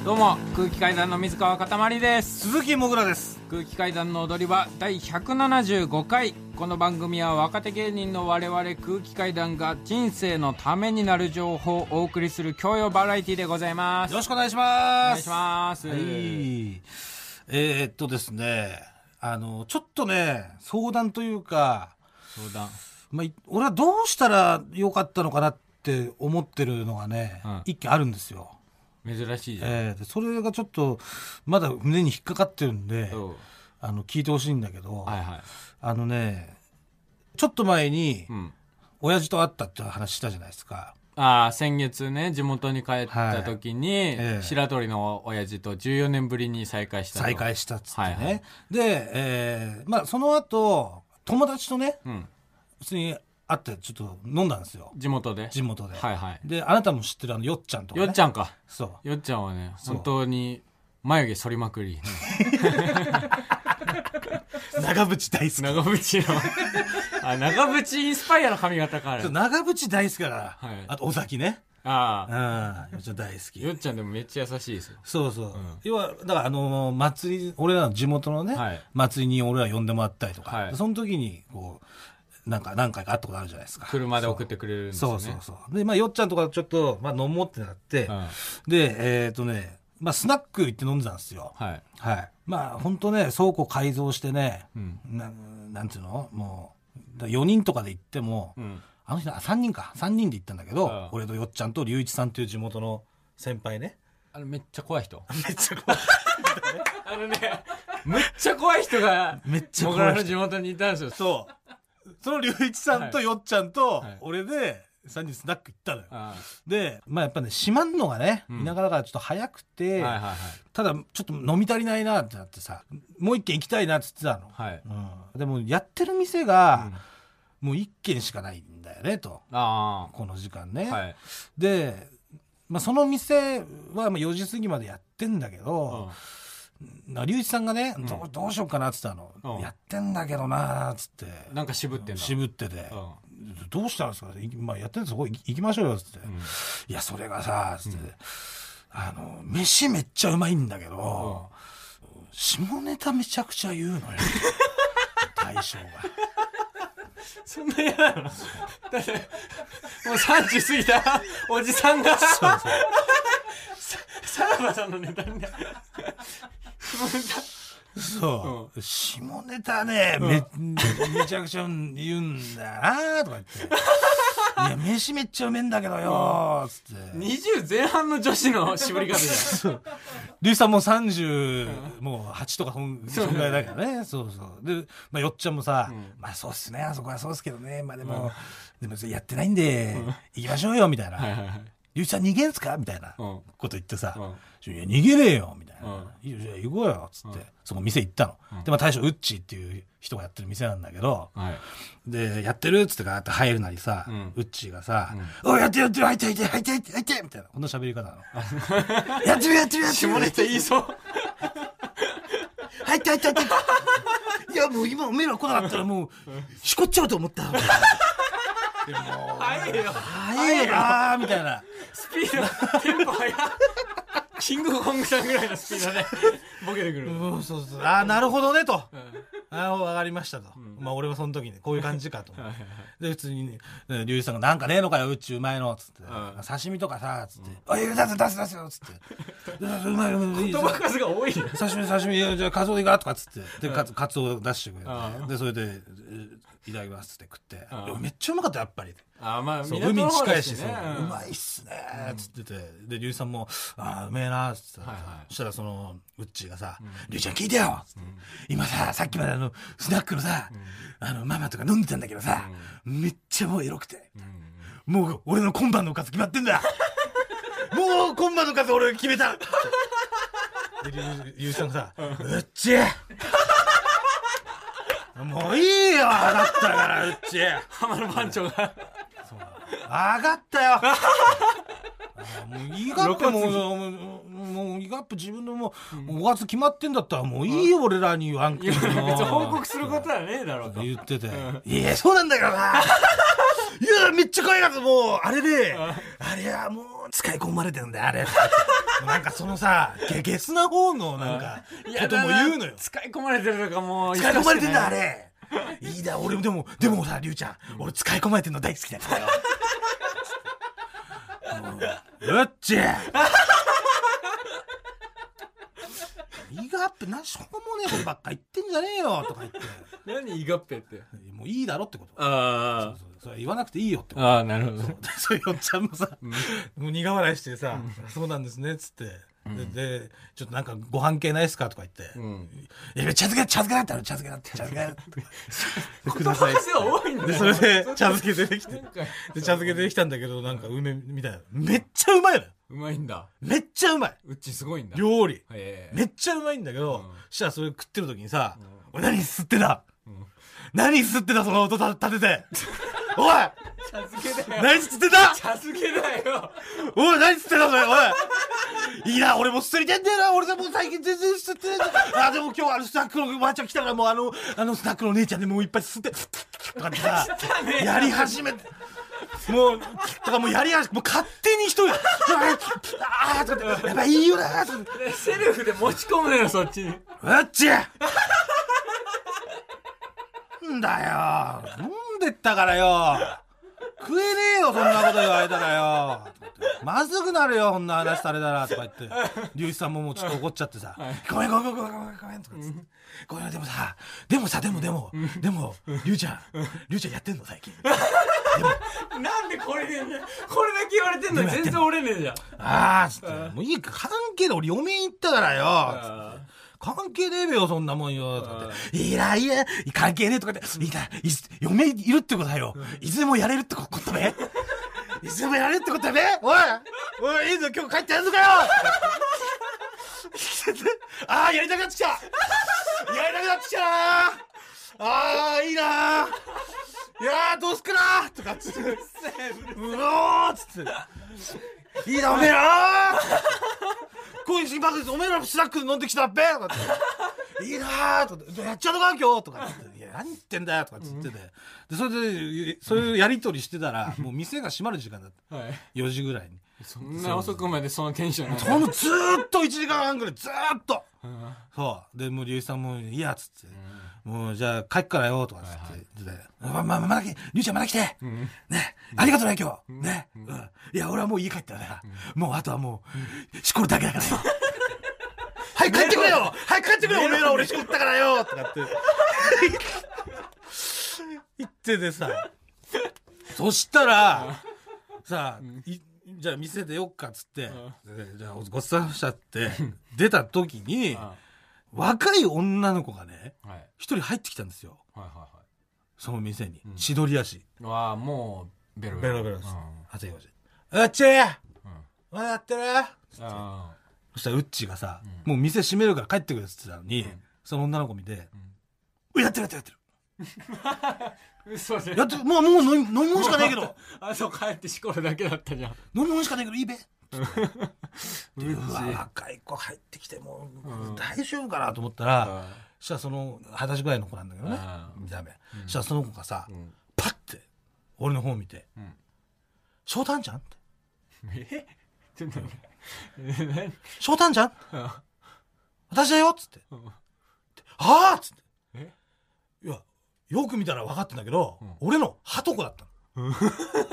どうも空気階段の水川かたまりです。 鈴木もぐらです。 空気階段の踊り場第175回。この番組は若手芸人の我々空気階段が人生のためになる情報をお送りする教養バラエティでございます。 よろしくお願いします。 お願いします。 はい。ですね、ちょっとね相談というか、俺はどうしたらよかったのかなって思ってるのがね、一件あるんですよ。 珍しいじゃん。 それがちょっとまだ胸に引っかかってるんで、聞いてほしいんだけど、ちょっと前に、親父と会ったって話したじゃないですか。 先月ね地元に帰った時に、白鳥の親父と14年ぶりに再会したっつってね、で、その後友達とね、普通に会ってちょっと飲んだんですよ。地元で、であなたも知ってるよっちゃんとか、ね、 よっちゃんか。 そうよっちゃんはね本当に眉毛剃りまくり、 長渕大好き。 長渕の長渕インスパイアの髪型か。 長渕大好きだから、あと尾崎ね。よっちゃん大好き。 よっちゃんでもめっちゃ優しいですよ。 そうそう、要はだから祭り、俺らの地元のね、祭りに俺ら呼んでもらったりとか、その時にこう何回か会ったことあるじゃないですか。 車で送ってくれるんですよね。 そうで、よっちゃんとかちょっと、飲もうってなって、でスナック行って飲んでたんですよ。本当ね倉庫改造してね、なんていうの、もう4人とかで行っても、あの人3人で行ったんだけど、俺とよっちゃんと龍一さんという地元の先輩ね。 めっちゃ怖い人めっちゃ怖いめっちゃ怖い人がめっちゃ僕らの地元にいたんですよ。 その龍一さんとよっちゃんと俺で3人スナック行ったのよ。でやっぱね閉まんのがね田舎だからちょっと早くて、ただちょっと飲み足りないなってなってさ、もう一軒行きたいなって言ってたの。でもやってる店が、もう一軒しかないんだよねと、この時間ね。でその店は4時過ぎまでやってんだけど、龍一さんがね、どうしようかなって言ったの。やってんだけどなーっつって、 なんか渋ってて、 どうしたんですか、やってるんです、そこ行きましょうよっつって、いやそれがさつって、飯めっちゃうまいんだけど、下ネタめちゃくちゃ言うのよ大将が。 そんな嫌なの？だってもう30過ぎたおじさんがさらばさんのネタに下ネタね、めちゃくちゃ言うんだよなとか言って、いや飯めっちゃうめんだけどよつって、 20前半の女子の絞り方じゃん。 龍さんも30、もう8とかそんぐらいだからね。で、よっちゃんもさ、そうっすね、あそこはそうっすけどね、でもやってないんで行きましょうよみたいな。龍一さん逃げんすかみたいなこと言ってさ、いや逃げねえよみたいな、いいよじゃあ行こうよっつって、そこ店行ったの。で大将ウッチーっていう人がやってる店なんだけど、でやってるっつってガーッて入るなりさ、ウッチーがさ、おいやってる入ってみたいな、こんな喋り方なの。やってる下ネタ言いそう。 入っていやもう今おめえら来なかったらもうしこっちゃうと思った早いなみたいなスピード、テンポ速い。キングコングさんぐらいのスピードでボケてくる。 なるほどねと、分かりましたと、俺はその時にこういう感じかとで普通に龍一さんがなんかねえのかようちうまいのっつって、刺身とかさつって、出すよっつって、うまい言葉数が多いね。 刺身じゃあカツオいかとかっつって、でカツオ出してくれて、でそれでいただきますって食って、めっちゃうまかったやっぱり。海に近いし、うまいっすねっつってて、で龍一さんもうめえなっつって、そしたらそのウッチーがさ、龍ちゃん聞いてよっつって、今さっきまでスナックのさ、ママとか飲んでたんだけどさ、めっちゃもうエロくて、もう俺の今晩のおかず決まってんだもう今晩のおかず俺決めたで龍一さんがさ、ウッチーもういいよ、上がったからうっち浜野番長が上がったよもうイガップもうイガップ自分のもうおかず決まってんだったらもういいよ、俺らに言わんけど。別に報告することはねえだろうと言ってて、いやそうなんだけどな、いやめっちゃ可愛かった、もうあれであれはもう使い込まれてるんだよあれなんかそのさゲスな方のなんかことも言うのよ。 使い込まれてるとかもう使い込まれてんだあれ。いいだ俺でもさりゅうちゃん、俺使い込まれてんの大好きだよ。うっちイガッペなしょうもねえことばっか言ってんじゃねえよとか言って。 何イガッペってもういいだろってこと。 ああそれ言わなくていいよってこと。 ああなるほど。 そういうおっちゃんもさ、もう苦笑いしてさ、そうなんですねっつって、でちょっとなんかご飯系ないですかとか言って、いや茶漬けだったら茶漬けだってください。でそれで茶漬け出てきて、で茶漬け出てきたんだけどなんか梅みたいな、めっちゃうまいのよ。 うまいんだ。 めっちゃうまい。 うちすごいんだ。 料理めっちゃうまいんだけど、したらそれ食ってる時にさ、おい何吸ってた、何吸ってたその音立てておい茶漬けだよ。 何吸ってた茶漬けだよ。 おい何吸ってたそれ。おいいいな俺も吸いてんだよな。俺でも最近全然吸ってない。あでも今日スナックのワンちゃん来たからもうスナックの姉ちゃんでもういっぱい吸ってとかってさやり始めて、もうとかもうやり始めて、もう勝手に一人でああとかってやばいいいよなとかセルフで持ち込むのよそっちに。 うっちんだよ飲んでったからよ。食えねえよそんなこと言われたらよ。まずくなるよこんな話されたらとか言って龍一さんももうちょっと怒っちゃってさ、ごめんとかつってごめんでも龍ちゃんやってんの最近。 なんでこれだけ言われてんのに全然折れねえじゃん。 ああつってもういい関係で俺嫁行ったからよ。関係ねえべよそんなもんよとかって、いや関係ねえとかって嫁いるってことだよ、いつでもやれるってことべいつでもやれるってことだべ。おいいいぞ今日帰ってやるのかよああやりたくなってきたああいいないやどうすっかなとかっつってうおーっつっていいなおめえらこういう心拍ですおめえらスナック飲んできたっぺとかっていいなーとかやっちゃうのか今日とかっていや何言ってんだよとかって言ってて、でそれでそういうやり取りしてたらもう店が閉まる時間だった、4時ぐらいに。 そんな遅くまでそのテンションそのずーっと1時間半ぐらいずーっとそうでもう龍一さんもいいやっつって、もうじゃあ帰っからよとかっつってまだ龍ちゃんまだ来てねありがとうね今日ねいや俺はもう家帰ったらもうあとはもうしこるだけだからよはい帰ってくれよおめえら俺しこったからよとかって言っててさ、そしたらさじゃあ店出よっかっつって、じゃあごちそうさましたって出た時に若い女の子がね一人入ってきたんですよ、その店に千鳥足わあもうベロですあついうっちまだやってるそしたらうっちがさもう店閉めるから帰ってくるっつってたのに、その女の子見てやってる嘘じゃん。 やってもう飲み物しかないけどあそう帰ってしこるだけだったじゃん。 飲み物しかないけどいいべうわ若い子入ってきてもう大丈夫かなと思ったら、そしたらその20歳ぐらいの子なんだけどね見た目、そしたらその子がさパッて俺の方見て翔太ちゃんって翔太ちゃん私だよっつってああっつっていやよく見たら分かってんだけど、俺のはとこだったの入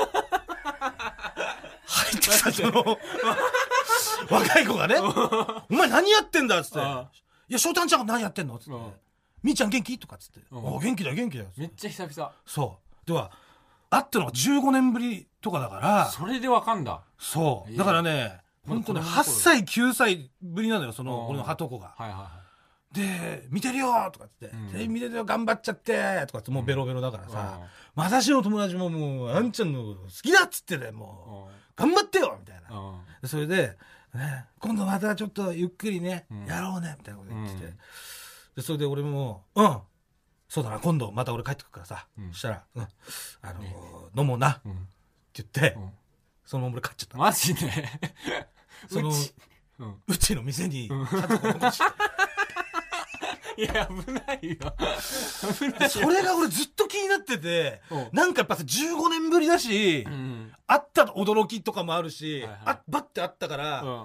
ってきたその若い子がねお前何やってんだっつっていや翔太ちゃんが何やってんのっつってみーちゃん元気とかっつって元気だよめっちゃ久々。 そうでは会ったのが15年ぶりとかだからそれで分かんだ。 そうだからね本当ね8歳9歳ぶりなのよその俺のはとこがで見てるよとかって見てるよ頑張っちゃってとかってもうベロベロだからさ、私の友達ももうあんちゃんの好きだっつってねもう頑張ってよみたいな、それで、ね、今度またちょっとゆっくりね、やろうねみたいなこと言ってて、でそれで俺もそうだな今度また俺帰ってくるからさ、そしたら、飲もうな、って言って、そのまま俺帰っちゃった。 マジでそのうちの店に家族残していや危ないよそれが俺ずっと気になってて、なんかやっぱ15年ぶりだし、あった驚きとかもあるし、バッてあったから、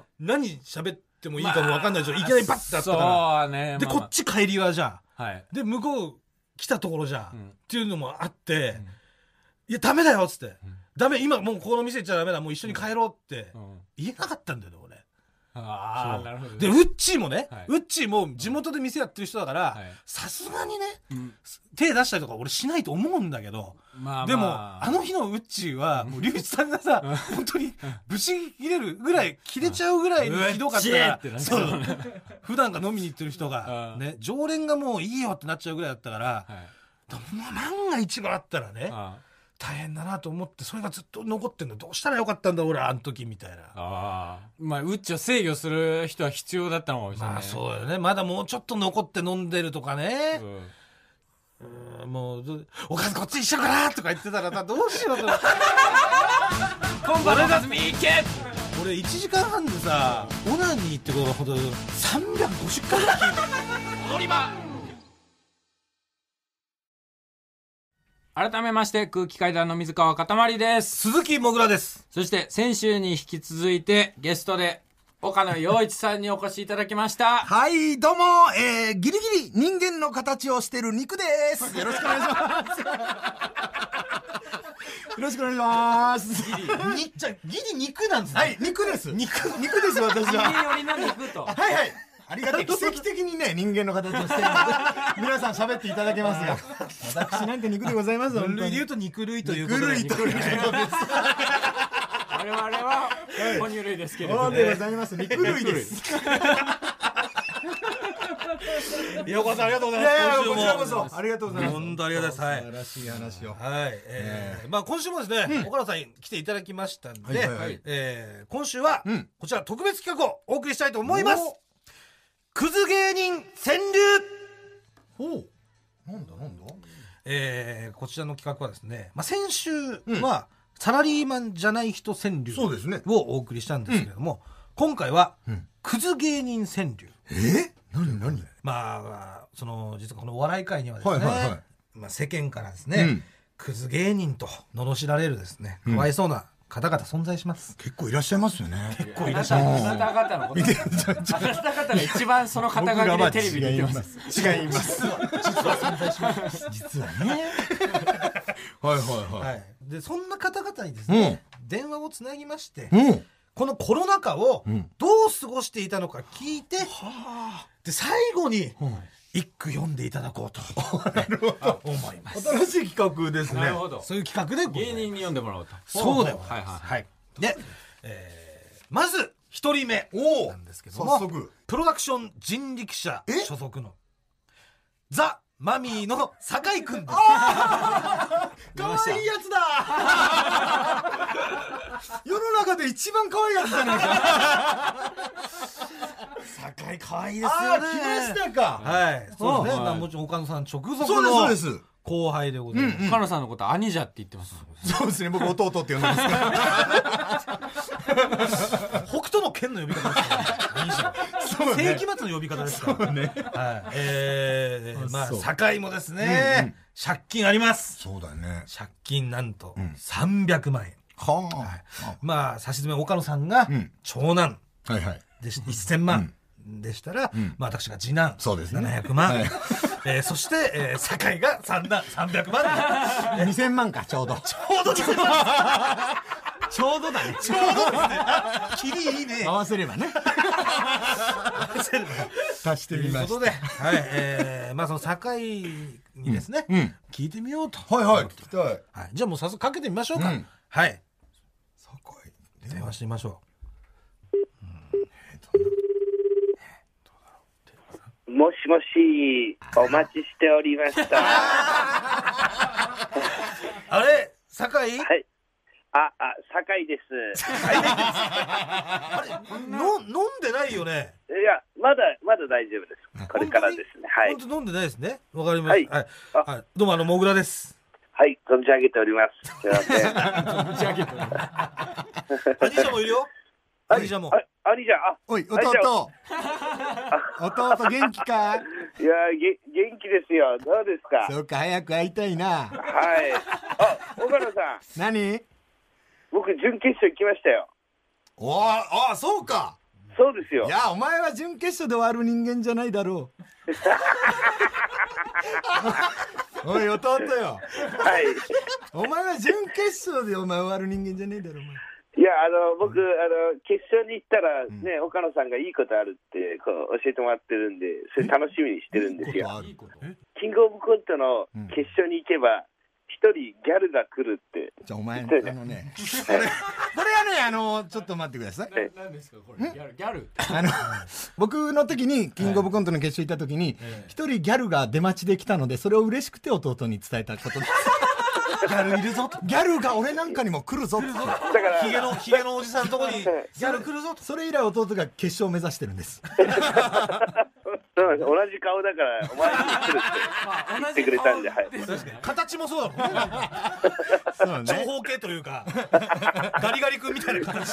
何喋ってもいいかも分かんないでしょ、いきなりバッてあったから、でこっち帰りはじゃん、で向こう来たところじゃん、っていうのもあって、いやダメだよっつって、ダメ今もうこの店行っちゃダメだ、もう一緒に帰ろうって言えなかったんだよね俺。 なるほどね。 でウッチーもね、ウッチーも地元で店やってる人だからさすがにね、手出したりとか俺しないと思うんだけど、でもあの日のウッチーはもう龍一さんがさ本当にブチ切れるぐらい切れちゃうぐらいひどかったから、普段から飲みに行ってる人がね、常連がもういいよってなっちゃうぐらいだったから、万が一があったらね大変だなと思って、それがずっと残ってんの、どうしたらよかったんだ俺あの時みたいな。 まあウッチを制御する人は必要だったのかもしれない。 そうだよね、まだもうちょっと残って飲んでるとかね、もうおかずこっちにしようかなとか言ってたらどうしようと思って今晩のおかずみーけ俺1時間半でさオナニーってことがほど350回ぐらい聞いて踊り場。改めまして空気階段の水川かたまりです。 鈴木もぐらです。 そして先週に引き続いてゲストで岡野陽一さんにお越しいただきました。 はいどうも、ギリギリ人間の形をしてる肉です。よろしくお願いしますよろしくお願いします。 じゃあギリ肉なんですね。 はい、肉です。肉です私は。 人間寄りの肉と。 はいはい。ありがたい、奇跡的にね人間の形をしているので皆さん喋っていただけますが、私なんて肉でございます。 分類で言うと肉類ということで。 肉類ということです。 我々は哺乳類ですけれども、 そうでございます。肉類です。 ようこそありがとうございます。 こちらこそありがとうございます。 本当ありがたいです。 素晴らしい話を。 はい。まあ今週もですね、岡野さんに来ていただきましたんで、今週はこちら特別企画をお送りしたいと思います。クズ芸人川柳。 なんだこちらの企画はですね、先週はサラリーマンじゃない人川柳をお送りしたんですけれども、今回はクズ芸人川柳。 何その実はこのお笑い界にはですね、世間からですね、クズ芸人と罵られるですね、かわいそうな方々存在します。 結構いらっしゃいますよね。 結構いらっしゃいます。 あなた方のこと、あなた方が一番その肩書きでテレビで言ってます。 違います。実は存在します。 実はね。はい。でそんな方々にですね、電話をつなぎまして、このコロナ禍をどう過ごしていたのか聞いて、で最後に一句読んでいただこうと思います。 新しい企画ですね。 なるほど。 そういう企画で芸人に読んでもらおうと。 そうでございます。はい。で、まず一人目なんですけども、プロダクション人力車所属のザ・マミーの酒井くんです。 かわいいやつだ。世の中で一番かわいいやつじゃないか。 酒井かわいいですよね。 来ましたか。 はい。そうですね。もちろん岡野さん直属の後輩でございます。 岡野さんのこと兄者って言ってます。 そうですね。僕弟って呼んでますから。 北斗の剣の呼び方ですから。世紀末の呼び方ですから。まあ酒井もですね、借金あります。 そうだね。 借金なんと300万円。まあ差し詰め岡野さんが長男で1000万でしたら、私が次男700万、そして酒井が三男300万、 2000万か。ちょうどちょうどだね。ちょうどですね。キリいいね。 合わせればね。足してみました。 ということで、まあその酒井にですね、聞いてみようと。 聞きたい。 じゃあもう早速かけてみましょうか。はい。 酒井電話してみましょう。もしもし、お待ちしておりました。 あれ、酒井？ はい。酒井です。 あれ、飲んでないよね。 いや、まだ大丈夫です。これからですね。はい。 本当飲んでないですね。わかりました。はい。どうももぐらです。 はい、存じ上げております。すいません。 存じ上げております。 兄者もいるよ。 兄ちゃんも。 兄ちゃん、 おい、弟元気か？ いや、元気ですよ。どうですか？ そうか、早く会いたいな。 はい。岡野さん。 何？ 僕、準決勝行きましたよ。 そうか。 そうですよ。 いや、お前は準決勝で終わる人間じゃないだろう。おい、弟よ。 はい。 お前は準決勝で終わる人間じゃねえだろ、お前。 いや、僕、決勝に行ったらね、岡野さんがいいことあるってこう教えてもらってるんで、それ楽しみにしてるんですよ。キングオブコントの決勝に行けば、一人ギャルが来るって。 じゃあお前、これはね、ちょっと待ってください。 何ですかこれ？ギャル？ 僕の時に、キングオブコントの決勝行った時に、一人ギャルが出待ちで来たので、それを嬉しくて弟に伝えたことです。ギャルいるぞと。ギャルが俺なんかにも来るぞと。だからヒゲのおじさんのとこにギャル来るぞと。 それ以来弟が決勝を目指してるんです。 同じ顔だからお前に来るって言ってくれたんで、はい。 確かに形もそうだもんね。 そうね。 長方形というかガリガリ君みたいな形。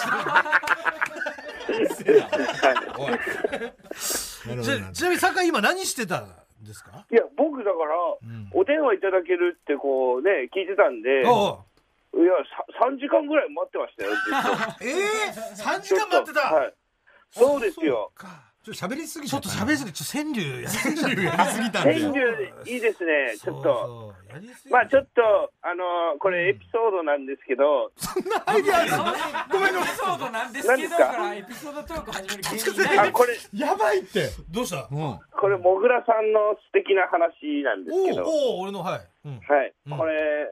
ちなみに酒井今何してたんですか？ いや、僕だからお電話いただけるってこうね聞いてたんで、いや3時間ぐらい待ってましたよ。 3時間待ってた。 はい。そうですよ。 ちょっと喋りすぎちょっと川柳やりすぎたん川柳いいですね。ちょっとまあちょっとこれエピソードなんですけど、 そんなアイディアごめんエピソードなんですけどからエピソードトーク始める芸人ない。 これやばいって。 どうした？ これもぐらさんの素敵な話なんですけど、 俺のはいこれ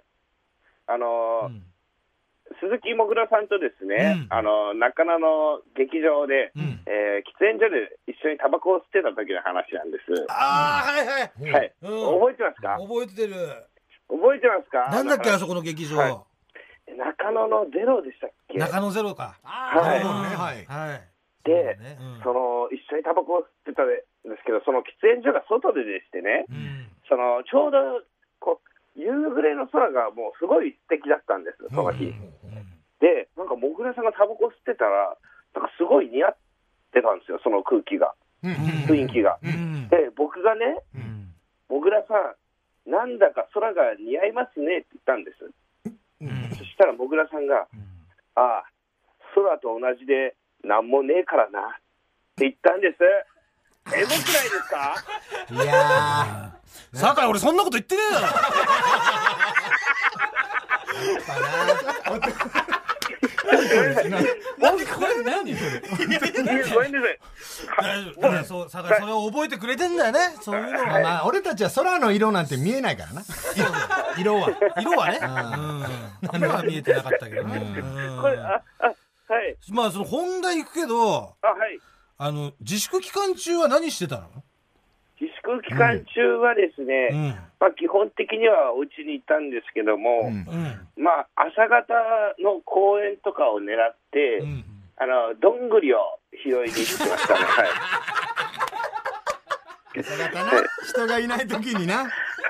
鈴木もぐらさんとですね、中野の劇場で、喫煙所で一緒にタバコを吸ってた時の話なんです。 はい覚えてますか？ 覚えてる。 覚えてますか？ なんだっけあそこの劇場。 中野のゼロでしたっけ？ 中野ゼロか。 はい。で、一緒にタバコを吸ってたんですけど、その喫煙所が外ででしてね、ちょうど夕暮れの空がもうすごい素敵だったんです、その日。で、なんかもぐらさんがタバコ吸ってたら、なんかすごい似合ってたんですよ、その空気が、雰囲気が。で、僕がね、もぐらさん、なんだか空が似合いますねって言ったんです。そしたらもぐらさんが、ああ、空と同じでなんもねえからなって言ったんです。エモくないですか？ いやー、酒井俺そんなこと言ってねえだろ。 何これ何それ。 ごめんなさい。 それを覚えてくれてんだよね。そういうのは。 まあ俺たちは空の色なんて見えないからな。 色はね。何は見えてなかったけどね。 これはい。 まあその本題行くけど、 はい。 自粛期間中は何してたの？ 自粛期間中はですね、基本的にはお家にいたんですけども、朝方の公園とかを狙って、どんぐりを拾いに行ってましたね。はい。 朝方な、人がいない時にな。 はい。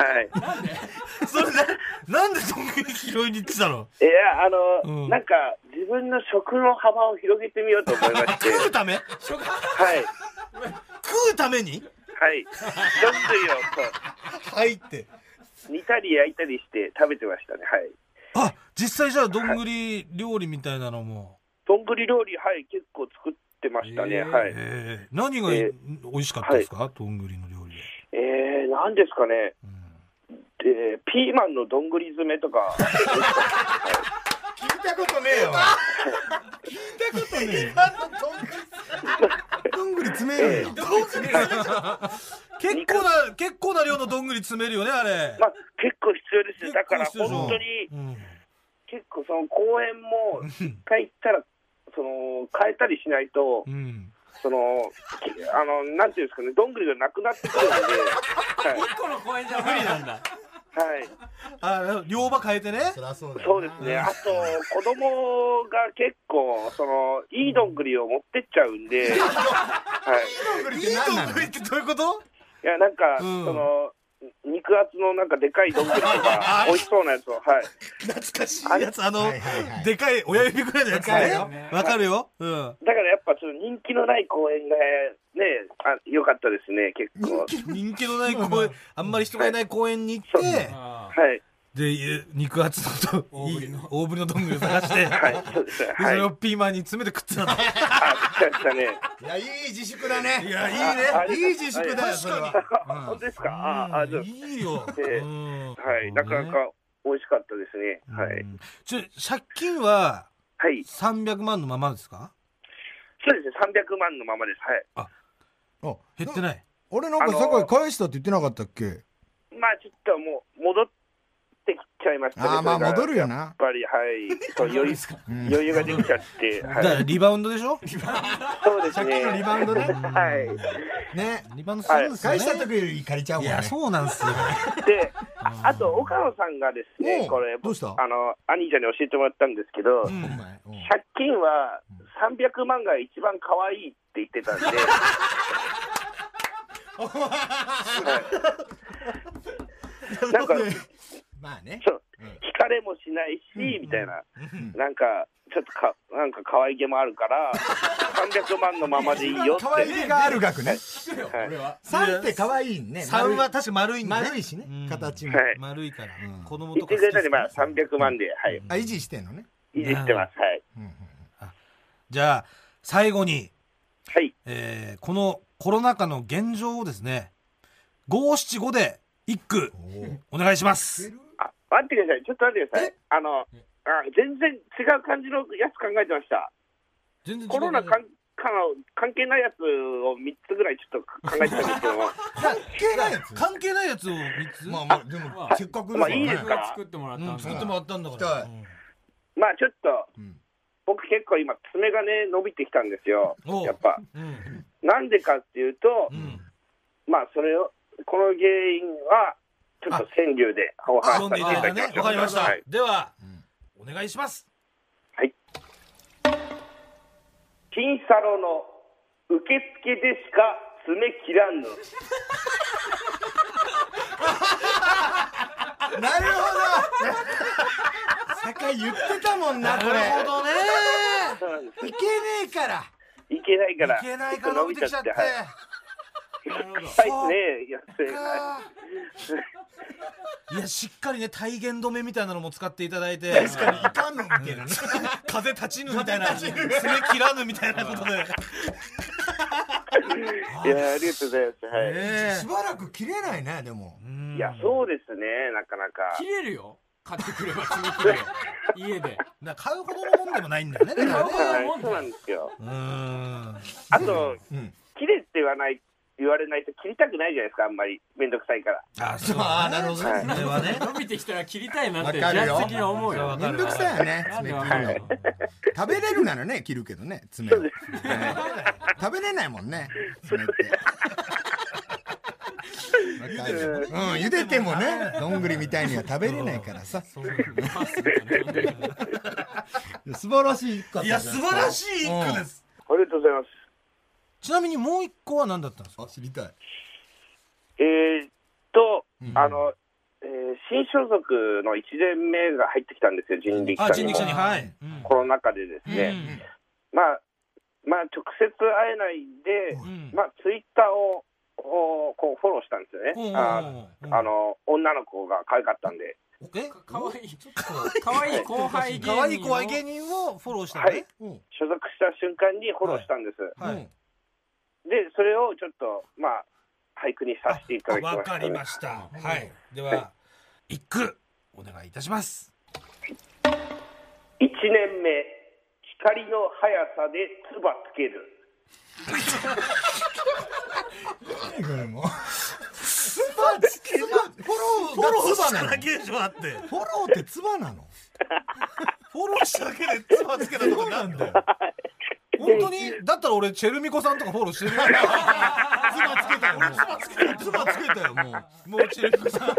なんでどんぐり拾いに行ってたの？ いや、なんか自分の食の幅を広げてみようと思いまして。 食うため？はい。 食うために？ はい。どんぐりをはいって。 煮たり焼いたりして食べてましたね。はい。 あ、実際じゃあどんぐり料理みたいなのも。 どんぐり料理、はい、結構作ってましたね。はい。 何が美味しかったですか？どんぐりの料理で。 何ですかね。ピーマンのどんぐり詰めとか。 聞いたことねえよ。どんぐり詰めるよ。 結構な量のどんぐり詰めるよね、あれ。 まあ結構必要ですよ。だから本当に結構その公園も一回行ったら変えたりしないと。なんていうんですかね、どんぐりがなくなってくるんで。 一個の公園じゃ無理なんだ。 はい。 両場変えてね。 そうですね。あと子供が結構いいどんぐりを持ってっちゃうんで。はい。 いいどんぐりってどういうこと？ いやなんか肉厚のなんかでかい丼とか、美味しそうなやつを、はい。 懐かしいやつ、でかい親指ぐらいのやつね。わかるよ。 だからやっぱちょっと人気のない公園がね、良かったですね、結構。 人気のない公園、あんまり人がいない公園に行って、 はい。 で、肉厚の大ぶりの丼を探して、それをピーマンに詰めて食ってたの。 食ってましたね。 いや、いい自粛だね。 いや、いいね。いい自粛だよ、それは。 本当ですか？ いいよ。 はい、なかなか美味しかったですね。はい。 借金は、 はい。 300万のままですか？ そうですね、300万のままです。はい。 あ、減ってない。 俺なんか酒井返したって言ってなかったっけ？ まあちょっともう戻ってきちゃいましたね。 まあ戻るよな。 やっぱり、はい。余裕ができちゃって。 だからリバウンドでしょ？ そうですね。 借金のリバウンドね。 はい。 ね。 リバウンドするんですよね。 返した時より借りちゃうもんね。 いや、そうなんですよ。 で、あと岡野さんがですね、これ、 どうした？ 兄ちゃんに教えてもらったんですけど、借金は300万が一番可愛いって言ってたんで、なんか、 まあね。 惹かれもしないし、みたいな。なんか、ちょっとなんか可愛げもあるから、300万のままでいいよって。 可愛げがある額ね。3って可愛いね。 3は確か丸いんで。 丸いしね。形も。 丸いから。子供とか。言ってくれたんで、まあ300万で、はい。 維持してんのね。 維持してます。はい。 じゃあ、最後に、 はい。 このコロナ禍の現状をですね、五七五で一句お願いします。 待ってください。ちょっと待ってください。全然違う感じのやつ考えてました。コロナ関係ないやつを3つぐらいちょっと考えてたんですけども。 関係ないやつを3つ？ まあでもせっかくまあいいですか？ 作ってもらったんだ。 作ってもらったんだから。 まあちょっと僕結構今爪がね伸びてきたんですよ。やっぱ。なんでかっていうと、まあそれをこの原因はちょっと川柳でお話しさせていただきましょう。 わかりました。ではお願いします。 はい。金サロの受付でしか爪切らんの。 なるほど。酒井言ってたもんな、これ。 なるほどね。 いけねえから。 いけないから。 いけないから伸びてきちゃって。 はいね。 いや、しっかりね、体言止めみたいなのも使っていただいて。 確かにいかんのみたいなね。 風立ちぬみたいな。爪切らぬみたいなことで。 いや、ありがとうございます。 しばらく切れないね、でも。 いや、そうですね、なかなか。 切れるよ。買ってくれば爪切れよ。家で。 買うほどのもんでもないんだよね。 そうなんですよ。あと、切れって言われないと切りたくないじゃないですか、あんまりめんどくさいから。 なるほどね。 伸びてきたら切りたいなってジャッジ的に思うよ。 めんどくさいよね、爪切るの。食べれるならね、切るけどね、爪。食べれないもんね、爪って。茹でてもね、どんぐりみたいには食べれないからさ。素晴らしい一句。 いや、素晴らしい一句です。 ありがとうございます。 ちなみにもう一個は何だったんですか？ 知りたい。 新所属の1年目が入ってきたんですよ、人力車に。コロナ禍でですね。まあ直接会えないんで、ツイッターをこうフォローしたんですよね。女の子が可愛かったんで。 かわいい後輩芸人をフォローしたのね。 所属した瞬間にフォローしたんです。で、それをちょっと俳句にさせていただきました。 わかりました。はい。では一句お願いいたします。 1年目、光の速さで唾つける。 これもう。 フォローしただけでしょ、あって。 フォローって唾なの？ フォローしただけで唾つけたとかなんだよ。本当に？だったら俺チェルミコさんとかフォローしてるよ。 唾つけたよ、もう。唾つけたよ、もうチェルミコさん。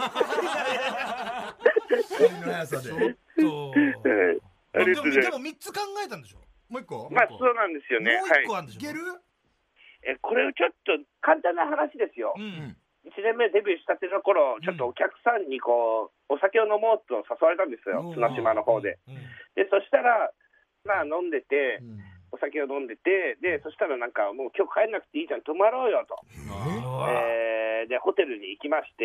光の速さで。 ちょっと。でも3つ考えたんでしょ？ もう1個？ そうなんですよね。 もう1個あるんでしょ？ いける？ これをちょっと簡単な話ですよ。 1年目デビューしたての頃、ちょっとお客さんにこうお酒を飲もうと誘われたんですよ、綱島の方で。でそしたらまあ飲んでて、お酒を飲んでて、でそしたらなんかもう今日帰んなくていいじゃん、泊まろうよと、でホテルに行きまして、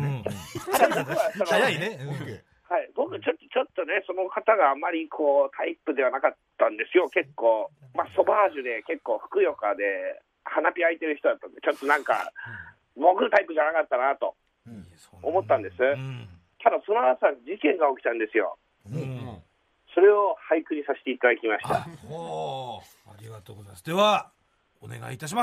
早いね。 はい、僕ちょっとね、その方があまりこうタイプではなかったんですよ。結構まあソバージュで結構ふくよかで鼻ピ開いてる人だったんで、ちょっとなんか僕のタイプじゃなかったなと思ったんです。ただその朝事件が起きたんですよ。それを俳句にさせていただきました。 ありがとうございます。ではお願いいたします。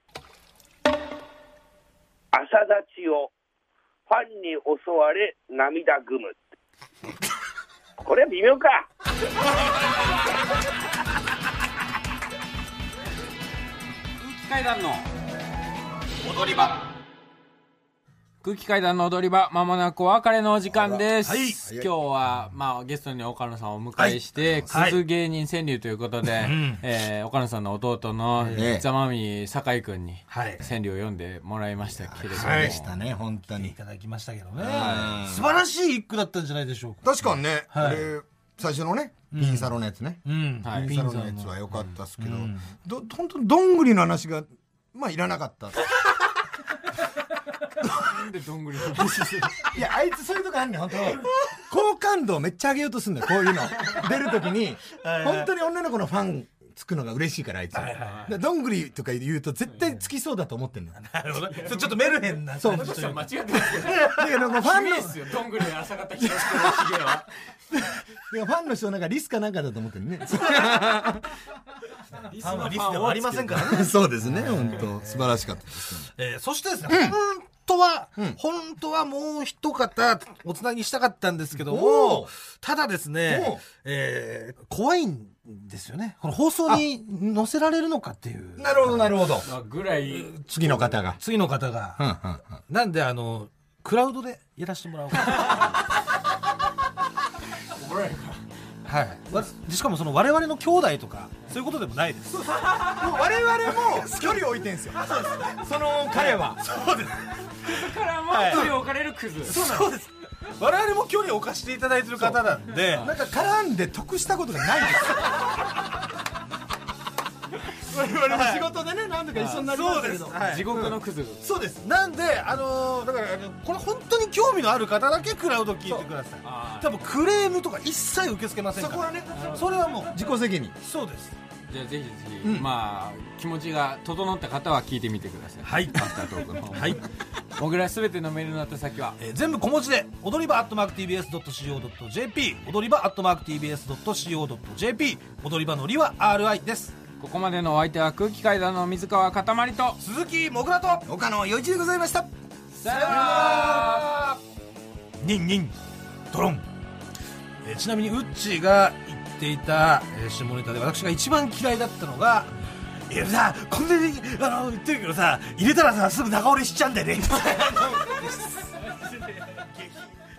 朝立ちをファンに襲われ涙ぐむ。これは微妙か。 空気階段の踊り場。空気階段の踊り場、まもなくお別れのお時間です。今日は、まあ、ゲストに岡野さんをお迎えして、クズ芸人川柳ということで、岡野さんの弟のザ・マミィ酒井くんに川柳を読んでもらいましたけれども、 でしたね、本当にいただきましたけどね。素晴らしい一句だったんじゃないでしょうか。 確かにね、最初のねピンサロのやつね、ピンサロのやつは良かったですけど、本当にどんぐりの話がまあいらなかった。 なんでどんぐりの話する。 いや、あいつそういうとこあんねん、本当。好感度をめっちゃ上げようとすんだよ、こういうの出るときに。本当に女の子のファンつくのが嬉しいから、あいつ。どんぐりとか言うと絶対つきそうだと思ってんの。 なるほど。ちょっとメルヘンな。 そう、間違ってますよ。だけどファンですよ。どんぐり朝方広瀬のひげは。 ファンの人なんかリスかなんかだと思ってるね。 リスはリスではありませんからね。 そうですね、本当素晴らしかったです。 そしてですね、本当はもう一方おつなぎしたかったんですけども、ただですね、怖いんですよね。この放送に載せられるのかっていう。 なるほどなるほど。 ぐらい次の方が。 なんでクラウドでやらせてもらおうか。 怒られるか。 はい。しかもその我々の兄弟とかそういうことでもないです。 もう我々も距離を置いてんすよ。その彼は。 そうです。 クズからも距離を置かれるクズ。 そうです。我々も距離を置かせていただいてる方なんで、 なんか絡んで得したことがないです。我々も仕事でね、なんとか一緒になりましたけど、 地獄のクズ。 そうです。なんでだからこれ本当に興味のある方だけクラウド聞いてください。多分クレームとか一切受け付けませんから。 そこはね、 それはもう自己責任。 そうです。 じゃあぜひぜひ、まあ気持ちが整った方は聞いてみてください。 はい。 アフタートークの方。 はい。 僕らすべてのメールの宛先は、 全部小文字で踊り場@tbs.co.jp、 踊り場@tbs.co.jp、 踊り場のりは RI です。 ここまでのお相手は空気階段の水川かたまりと鈴木もぐらと岡野陽一でございました。 さよなら。 ニンニンドロン。ちなみにウッチーが言っていた、下ネタで私が一番嫌いだったのが、いやさ、こんなに言ってるけどさ、入れたらさすぐ仲折れしちゃうんだよね。